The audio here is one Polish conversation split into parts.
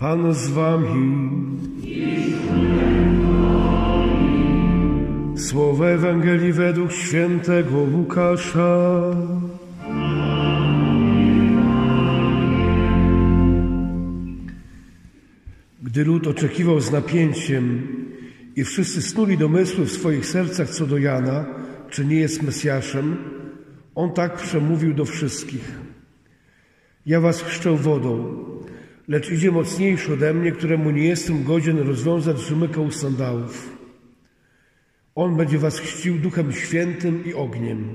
Pan z wami. Słowo Ewangelii według świętego Łukasza. Gdy lud oczekiwał z napięciem i wszyscy snuli domysły w swoich sercach co do Jana, czy nie jest Mesjaszem, on tak przemówił do wszystkich. Ja was chrzczę wodą, lecz idzie mocniejszy ode mnie, któremu nie jestem godzien rozwiązać żmyka u sandałów. On będzie was chrzcił Duchem Świętym i ogniem.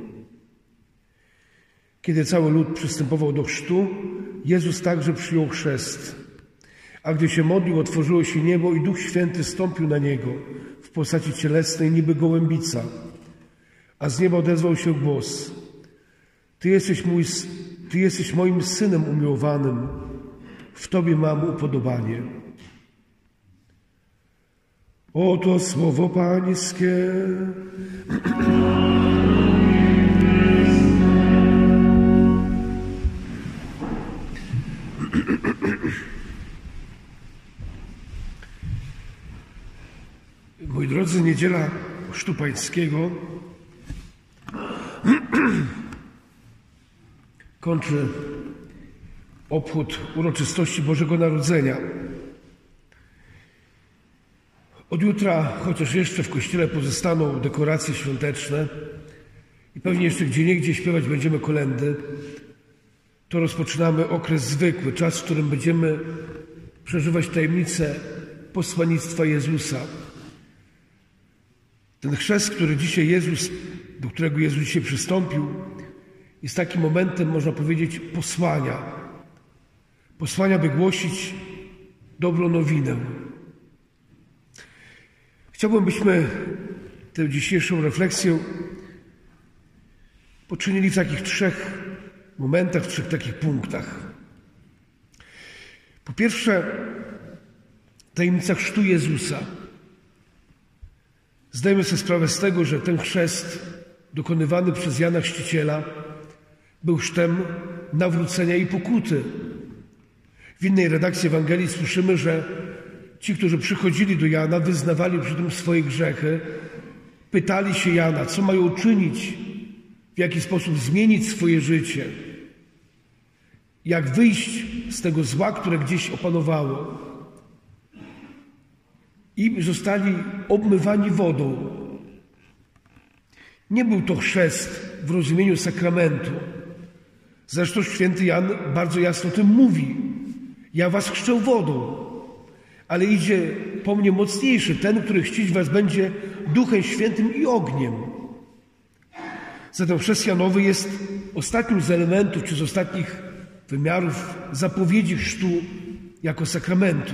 Kiedy cały lud przystępował do chrztu, Jezus także przyjął chrzest. A gdy się modlił, otworzyło się niebo i Duch Święty stąpił na Niego w postaci cielesnej, niby gołębica. A z nieba odezwał się głos: Ty jesteś moim Synem umiłowanym, w Tobie mam upodobanie. Oto słowo Pańskie. Moi drodzy, niedziela Chrztu Pańskiego kończy obchód uroczystości Bożego Narodzenia. Od jutra, chociaż jeszcze w kościele pozostaną dekoracje świąteczne i pewnie jeszcze gdzieniegdzie śpiewać będziemy kolędy, to rozpoczynamy okres zwykły, czas, w którym będziemy przeżywać tajemnicę posłannictwa Jezusa. Ten chrzest, do którego Jezus dzisiaj przystąpił, jest takim momentem, można powiedzieć, posłania. Posłania, by głosić dobrą nowinę. Chciałbym, byśmy tę dzisiejszą refleksję poczynili w takich trzech momentach, w trzech takich punktach. Po pierwsze, tajemnica chrztu Jezusa. Zdajemy sobie sprawę z tego, że ten chrzest dokonywany przez Jana Chrzciciela był chrztem nawrócenia i pokuty. W innej redakcji Ewangelii słyszymy, że ci, którzy przychodzili do Jana, wyznawali przy tym swoje grzechy, pytali się Jana, co mają czynić, w jaki sposób zmienić swoje życie, jak wyjść z tego zła, które gdzieś opanowało. I zostali obmywani wodą. Nie był to chrzest w rozumieniu sakramentu. Zresztą święty Jan bardzo jasno o tym mówi. Ja was chrzczę wodą, ale idzie po mnie mocniejszy, ten, który chrzcić was będzie Duchem Świętym i ogniem. Zatem chrzest Janowy jest ostatnim z elementów, czy z ostatnich wymiarów zapowiedzi chrztu jako sakramentu.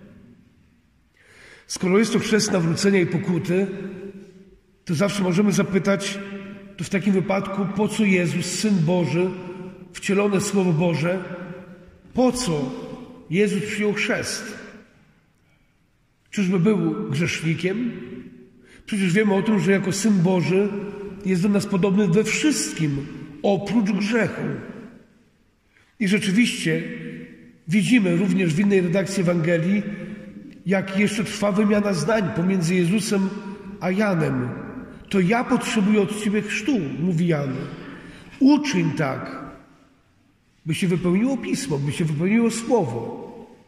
Skoro jest to chrzest nawrócenia i pokuty, to zawsze możemy zapytać, to w takim wypadku, po co Jezus, Syn Boży, wcielone Słowo Boże, po co Jezus przyjął chrzest? Czyżby był grzesznikiem? Przecież wiemy o tym, że jako Syn Boży jest do nas podobny we wszystkim, oprócz grzechu. I rzeczywiście widzimy również w innej redakcji Ewangelii, jak jeszcze trwa wymiana zdań pomiędzy Jezusem a Janem. To ja potrzebuję od Ciebie chrztu, mówi Jan. Uczyń tak, by się wypełniło Pismo, by się wypełniło Słowo.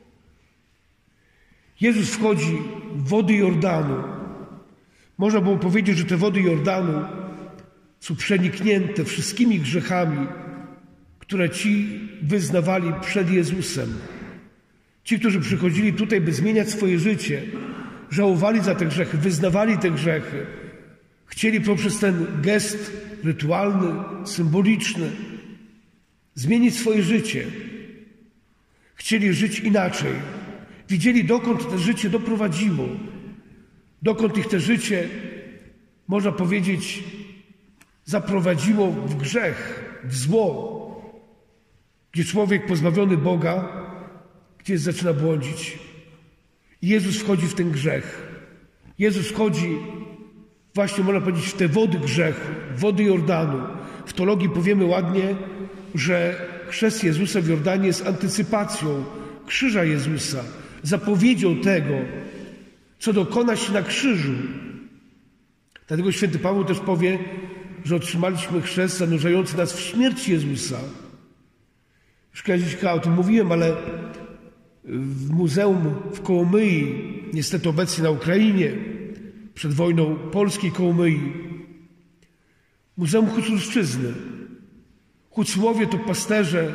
Jezus wchodzi w wody Jordanu. Można było powiedzieć, że te wody Jordanu są przeniknięte wszystkimi grzechami, które ci wyznawali przed Jezusem. Ci, którzy przychodzili tutaj, by zmieniać swoje życie, żałowali za te grzechy, wyznawali te grzechy. Chcieli poprzez ten gest rytualny, symboliczny zmienić swoje życie. Chcieli żyć inaczej. Widzieli, dokąd to życie doprowadziło. Dokąd ich to życie, można powiedzieć, zaprowadziło w grzech, w zło. Gdzie człowiek pozbawiony Boga gdzieś zaczyna błądzić. I Jezus wchodzi w ten grzech. Jezus wchodzi właśnie, można powiedzieć, w te wody grzechu, wody Jordanu. W teologii powiemy ładnie, że chrzest Jezusa w Jordanie jest antycypacją krzyża Jezusa, zapowiedzią tego, co dokona się na krzyżu. Dlatego święty Paweł też powie, że otrzymaliśmy chrzest zanurzający nas w śmierć Jezusa. Już kiedyś o tym mówiłem, ale w muzeum w Kołomyi, niestety obecnie na Ukrainie, przed wojną polskiej Kołomyi, Muzeum Huculszczyzny. Hucułowie to pasterze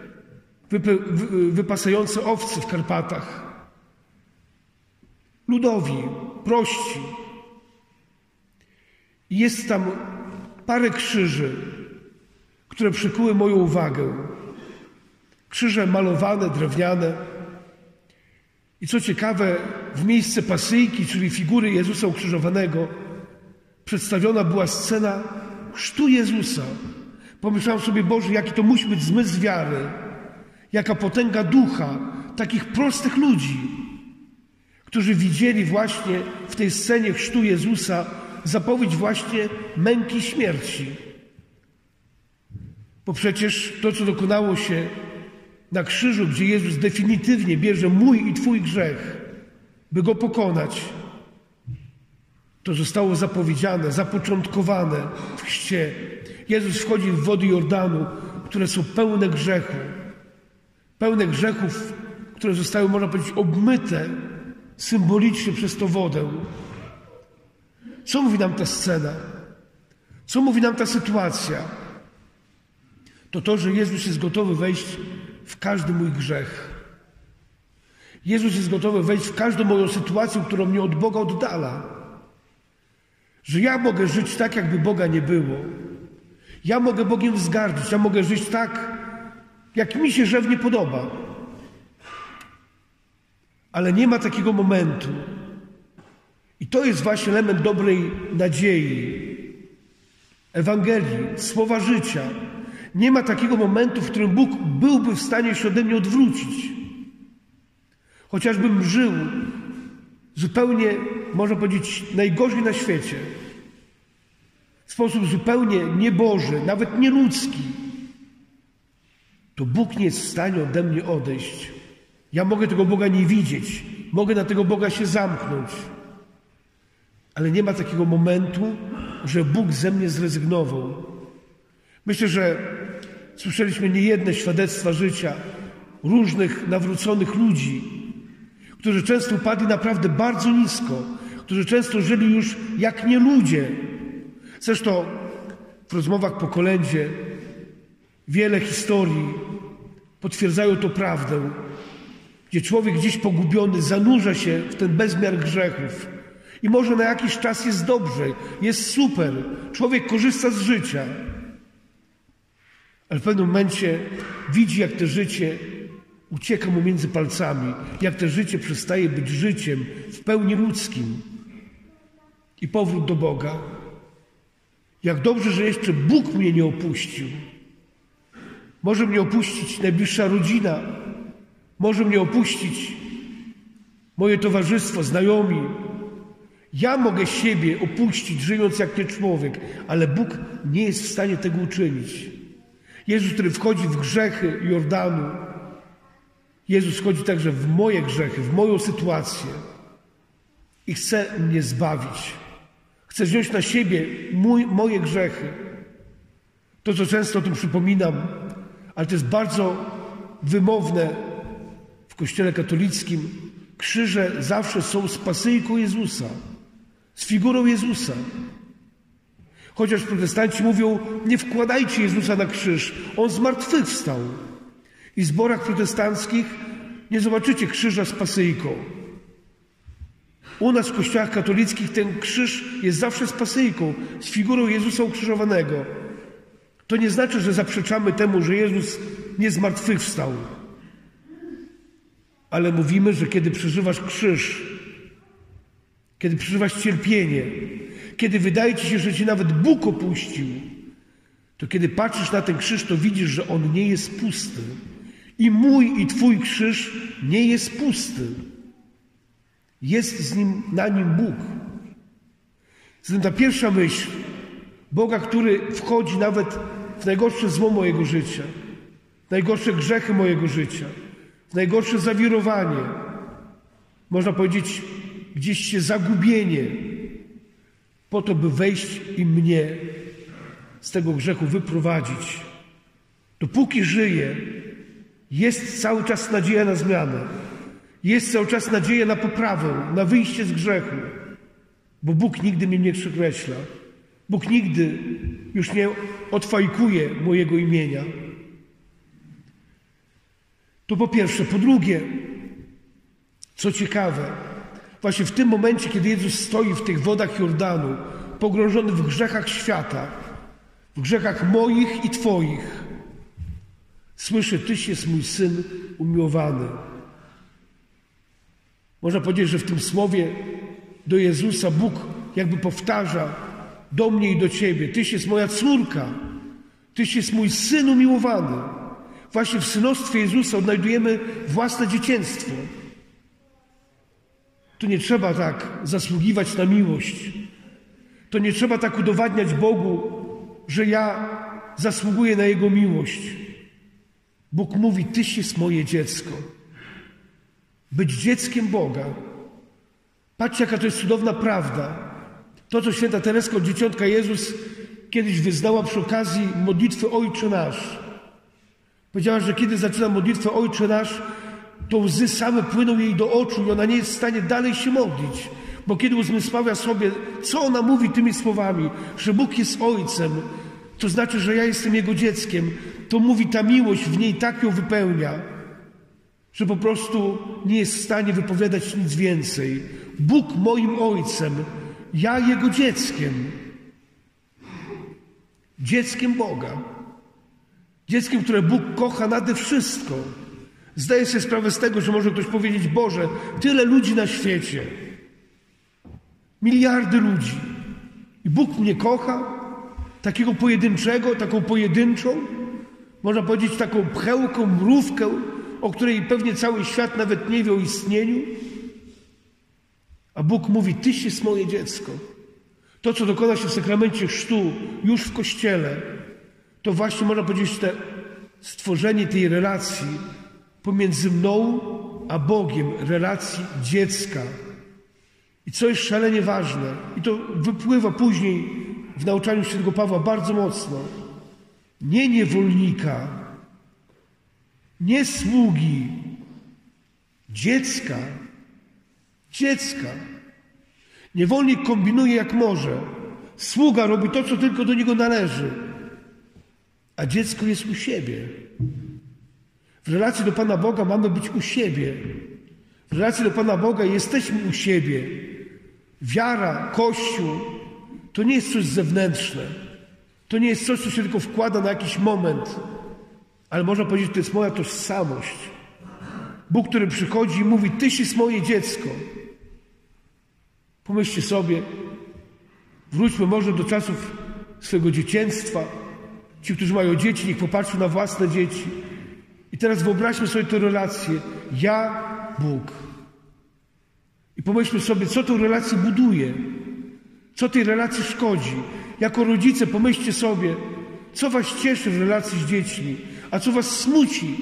wypasający owce w Karpatach. Ludowi, prości. I jest tam parę krzyży, które przykuły moją uwagę. Krzyże malowane, drewniane. I co ciekawe, w miejsce pasyjki, czyli figury Jezusa ukrzyżowanego, przedstawiona była scena chrztu Jezusa. Pomyślałem sobie, Boże, jaki to musi być zmysł wiary, jaka potęga ducha takich prostych ludzi, którzy widzieli właśnie w tej scenie chrztu Jezusa zapowiedź właśnie męki śmierci. Bo przecież to, co dokonało się na krzyżu, gdzie Jezus definitywnie bierze mój i Twój grzech, by go pokonać, to zostało zapowiedziane, zapoczątkowane w chrzcie. Jezus wchodzi w wody Jordanu, które są pełne grzechu. Pełne grzechów, które zostały, można powiedzieć, obmyte symbolicznie przez tą wodę. Co mówi nam ta scena? Co mówi nam ta sytuacja? To, że Jezus jest gotowy wejść w każdy mój grzech. Jezus jest gotowy wejść w każdą moją sytuację, którą mnie od Boga oddala. Że ja mogę żyć tak, jakby Boga nie było. Ja mogę Bogiem wzgardzić. Ja mogę żyć tak, jak mi się rzewnie podoba. Ale nie ma takiego momentu. I to jest właśnie element dobrej nadziei, Ewangelii, słowa życia. Nie ma takiego momentu, w którym Bóg byłby w stanie się ode mnie odwrócić. Chociażbym żył zupełnie, można powiedzieć, najgorzej na świecie. W sposób zupełnie nieboży, nawet nieludzki. To Bóg nie jest w stanie ode mnie odejść. Ja mogę tego Boga nie widzieć. Mogę na tego Boga się zamknąć. Ale nie ma takiego momentu, że Bóg ze mnie zrezygnował. Myślę, że słyszeliśmy niejedne świadectwa życia różnych nawróconych ludzi, którzy często upadli naprawdę bardzo nisko, którzy często żyli już jak nie ludzie. Zresztą w rozmowach po kolędzie wiele historii potwierdzają to prawdę, gdzie człowiek gdzieś pogubiony zanurza się w ten bezmiar grzechów i może na jakiś czas jest dobrze, jest super, człowiek korzysta z życia, ale w pewnym momencie widzi, jak to życie ucieka mu między palcami, jak to życie przestaje być życiem w pełni ludzkim. I powrót do Boga. Jak dobrze, że jeszcze Bóg mnie nie opuścił. Może mnie opuścić najbliższa rodzina, może mnie opuścić moje towarzystwo, znajomi. Ja mogę siebie opuścić, żyjąc jak nie człowiek, ale Bóg nie jest w stanie tego uczynić. Jezus, który wchodzi w grzechy Jordanu, Jezus wchodzi także w moje grzechy, w moją sytuację i chce mnie zbawić. Chce wziąć na siebie moje grzechy. To, co często o tym przypominam, ale to jest bardzo wymowne w Kościele katolickim. Krzyże zawsze są z pasyjką Jezusa, z figurą Jezusa. Chociaż protestanci mówią, nie wkładajcie Jezusa na krzyż, On zmartwychwstał. I w zborach protestanckich nie zobaczycie krzyża z pasyjką. U nas w kościołach katolickich ten krzyż jest zawsze z pasyjką, z figurą Jezusa ukrzyżowanego. To nie znaczy, że zaprzeczamy temu, że Jezus nie zmartwychwstał. Ale mówimy, że kiedy przeżywasz krzyż, kiedy przeżywasz cierpienie, kiedy wydaje ci się, że cię nawet Bóg opuścił, to kiedy patrzysz na ten krzyż, to widzisz, że on nie jest pusty. I mój i Twój krzyż nie jest pusty. Jest na nim Bóg. Zatem ta pierwsza myśl Boga, który wchodzi nawet w najgorsze zło mojego życia, w najgorsze grzechy mojego życia, w najgorsze zawirowanie, można powiedzieć, gdzieś się zagubienie, po to, by wejść i mnie z tego grzechu wyprowadzić. Dopóki żyję, jest cały czas nadzieja na zmianę. Jest cały czas nadzieja na poprawę, na wyjście z grzechu. Bo Bóg nigdy mnie nie przekreśla. Bóg nigdy już nie odfajkuje mojego imienia. To po pierwsze. Po drugie, co ciekawe, właśnie w tym momencie, kiedy Jezus stoi w tych wodach Jordanu, pogrążony w grzechach świata, w grzechach moich i Twoich, słyszę: Tyś jest mój Syn umiłowany. Można powiedzieć, że w tym słowie do Jezusa Bóg jakby powtarza do mnie i do Ciebie: Tyś jest moja córka, Tyś jest mój Syn umiłowany. Właśnie w synostwie Jezusa odnajdujemy własne dzieciństwo. Tu nie trzeba tak zasługiwać na miłość. To nie trzeba tak udowadniać Bogu, że ja zasługuję na Jego miłość. Bóg mówi: Tyś jest moje dziecko. Być dzieckiem Boga. Patrzcie, jaka to jest cudowna prawda. To, co święta Tereska od Dzieciątka Jezus kiedyś wyznała przy okazji modlitwy Ojcze Nasz. Powiedziała, że kiedy zaczyna modlitwę Ojcze Nasz, to łzy same płyną jej do oczu i ona nie jest w stanie dalej się modlić. Bo kiedy uzmysławia sobie, co ona mówi tymi słowami, że Bóg jest Ojcem, to znaczy, że ja jestem Jego dzieckiem, to mówi, ta miłość w niej tak ją wypełnia, że po prostu nie jest w stanie wypowiadać nic więcej. Bóg moim Ojcem, ja Jego dzieckiem. Dzieckiem Boga. Dzieckiem, które Bóg kocha nade wszystko. Zdaję sobie sprawę z tego, że może ktoś powiedzieć: Boże, tyle ludzi na świecie. Miliardy ludzi. I Bóg mnie kocha? Takiego pojedynczego, taką pojedynczą? Można powiedzieć taką pchełką, mrówkę, o której pewnie cały świat nawet nie wie o istnieniu? A Bóg mówi: Tyś jest moje dziecko. To, co dokona się w sakramencie chrztu, już w Kościele, to właśnie można powiedzieć stworzenie tej relacji pomiędzy mną a Bogiem, relacji dziecka. I co jest szalenie ważne, i to wypływa później w nauczaniu świętego Pawła bardzo mocno: nie niewolnika, nie sługi, dziecka. Dziecka. Niewolnik kombinuje jak może. Sługa robi to, co tylko do niego należy. A dziecko jest u siebie. W relacji do Pana Boga mamy być u siebie. W relacji do Pana Boga jesteśmy u siebie. Wiara, Kościół to nie jest coś zewnętrzne. To nie jest coś, co się tylko wkłada na jakiś moment. Ale można powiedzieć, że to jest moja tożsamość. Bóg, który przychodzi i mówi: Tyś jest moje dziecko. Pomyślcie sobie, wróćmy może do czasów swojego dzieciństwa. Ci, którzy mają dzieci, niech popatrzą na własne dzieci. I teraz wyobraźmy sobie tę relację. Ja, Bóg. I pomyślmy sobie, co tę relację buduje. Co tej relacji szkodzi. Jako rodzice pomyślcie sobie, co was cieszy w relacji z dziećmi, a co was smuci,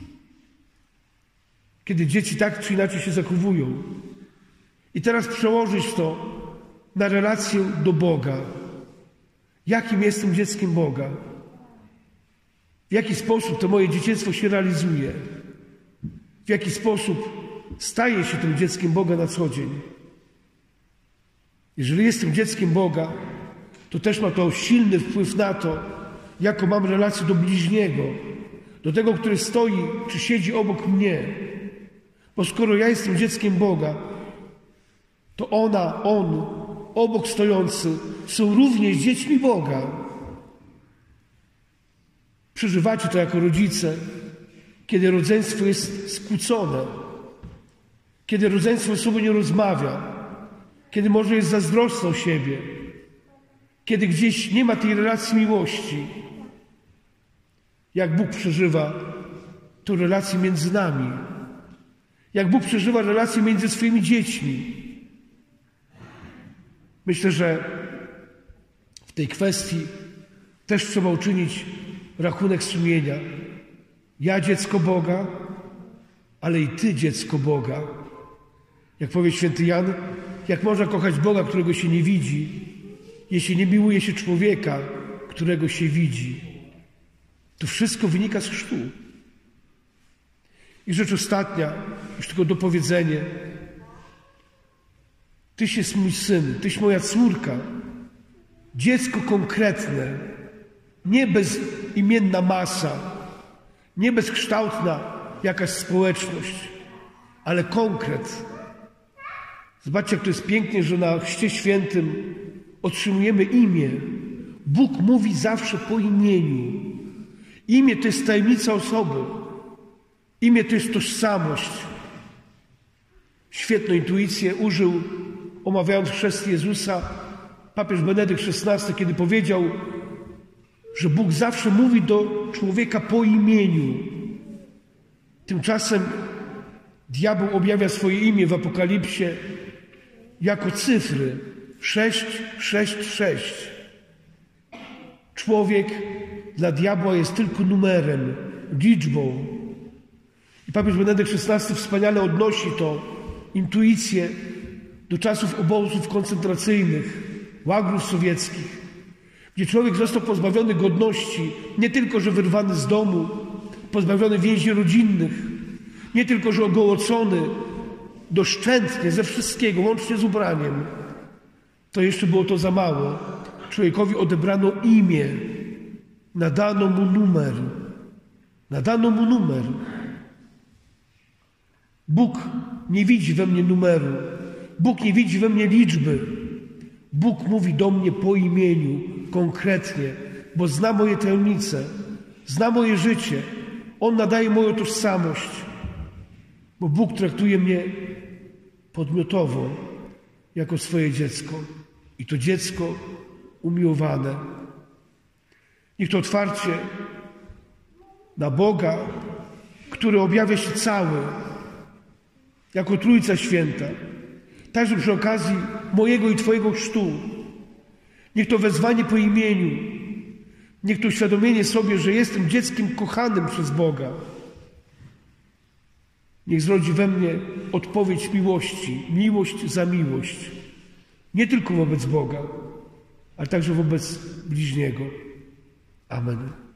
kiedy dzieci tak czy inaczej się zachowują. I teraz przełożyć to na relację do Boga. Jakim jestem dzieckiem Boga? W jaki sposób to moje dzieciństwo się realizuje? W jaki sposób staję się tym dzieckiem Boga na co dzień? Jeżeli jestem dzieckiem Boga, to też ma to silny wpływ na to, jaką mam relację do bliźniego, do tego, który stoi czy siedzi obok mnie. Bo skoro ja jestem dzieckiem Boga, to ona, on, obok stojący są również dziećmi Boga. Przeżywacie to jako rodzice, kiedy rodzeństwo jest skłócone, kiedy rodzeństwo ze sobą nie rozmawia, kiedy może jest zazdrosne o siebie, kiedy gdzieś nie ma tej relacji miłości. Jak Bóg przeżywa tę relację między nami, jak Bóg przeżywa relację między swoimi dziećmi. Myślę, że w tej kwestii też trzeba uczynić rachunek sumienia. Ja dziecko Boga, ale i Ty dziecko Boga. Jak powie święty Jan, jak można kochać Boga, którego się nie widzi, jeśli nie miłuje się człowieka, którego się widzi? To wszystko wynika z chrztu. I rzecz ostatnia, już tylko dopowiedzenie. Tyś jest mój syn, tyś moja córka. Dziecko konkretne, nie bezimienna masa, nie bezkształtna jakaś społeczność, ale konkret. Zobaczcie, jak to jest pięknie, że na Chrzcie Świętym otrzymujemy imię. Bóg mówi zawsze po imieniu. Imię to jest tajemnica osoby. Imię to jest tożsamość. Świetną intuicję użył, omawiając chrzest Jezusa, papież Benedykt XVI, kiedy powiedział, że Bóg zawsze mówi do człowieka po imieniu. Tymczasem diabeł objawia swoje imię w Apokalipsie jako cyfry 666. Człowiek dla diabła jest tylko numerem, liczbą. I papież Benedykt XVI wspaniale odnosi to intuicję do czasów obozów koncentracyjnych, łagrów sowieckich, gdzie człowiek został pozbawiony godności, nie tylko, że wyrwany z domu, pozbawiony więzi rodzinnych, nie tylko, że ogołocony doszczętnie ze wszystkiego, łącznie z ubraniem. To jeszcze było to za mało. Człowiekowi odebrano imię, nadano mu numer. Nadano mu numer. Bóg nie widzi we mnie numeru. Bóg nie widzi we mnie liczby. Bóg mówi do mnie po imieniu, konkretnie, bo zna moje tajemnice, zna moje życie. On nadaje moją tożsamość, bo Bóg traktuje mnie podmiotowo, jako swoje dziecko. I to dziecko umiłowane. Niech to otwarcie na Boga, który objawia się cały, jako Trójca Święta, także przy okazji mojego i Twojego chrztu. Niech to wezwanie po imieniu, niech to uświadomienie sobie, że jestem dzieckiem kochanym przez Boga. Niech zrodzi we mnie odpowiedź miłości, miłość za miłość. Nie tylko wobec Boga, ale także wobec bliźniego. Amen.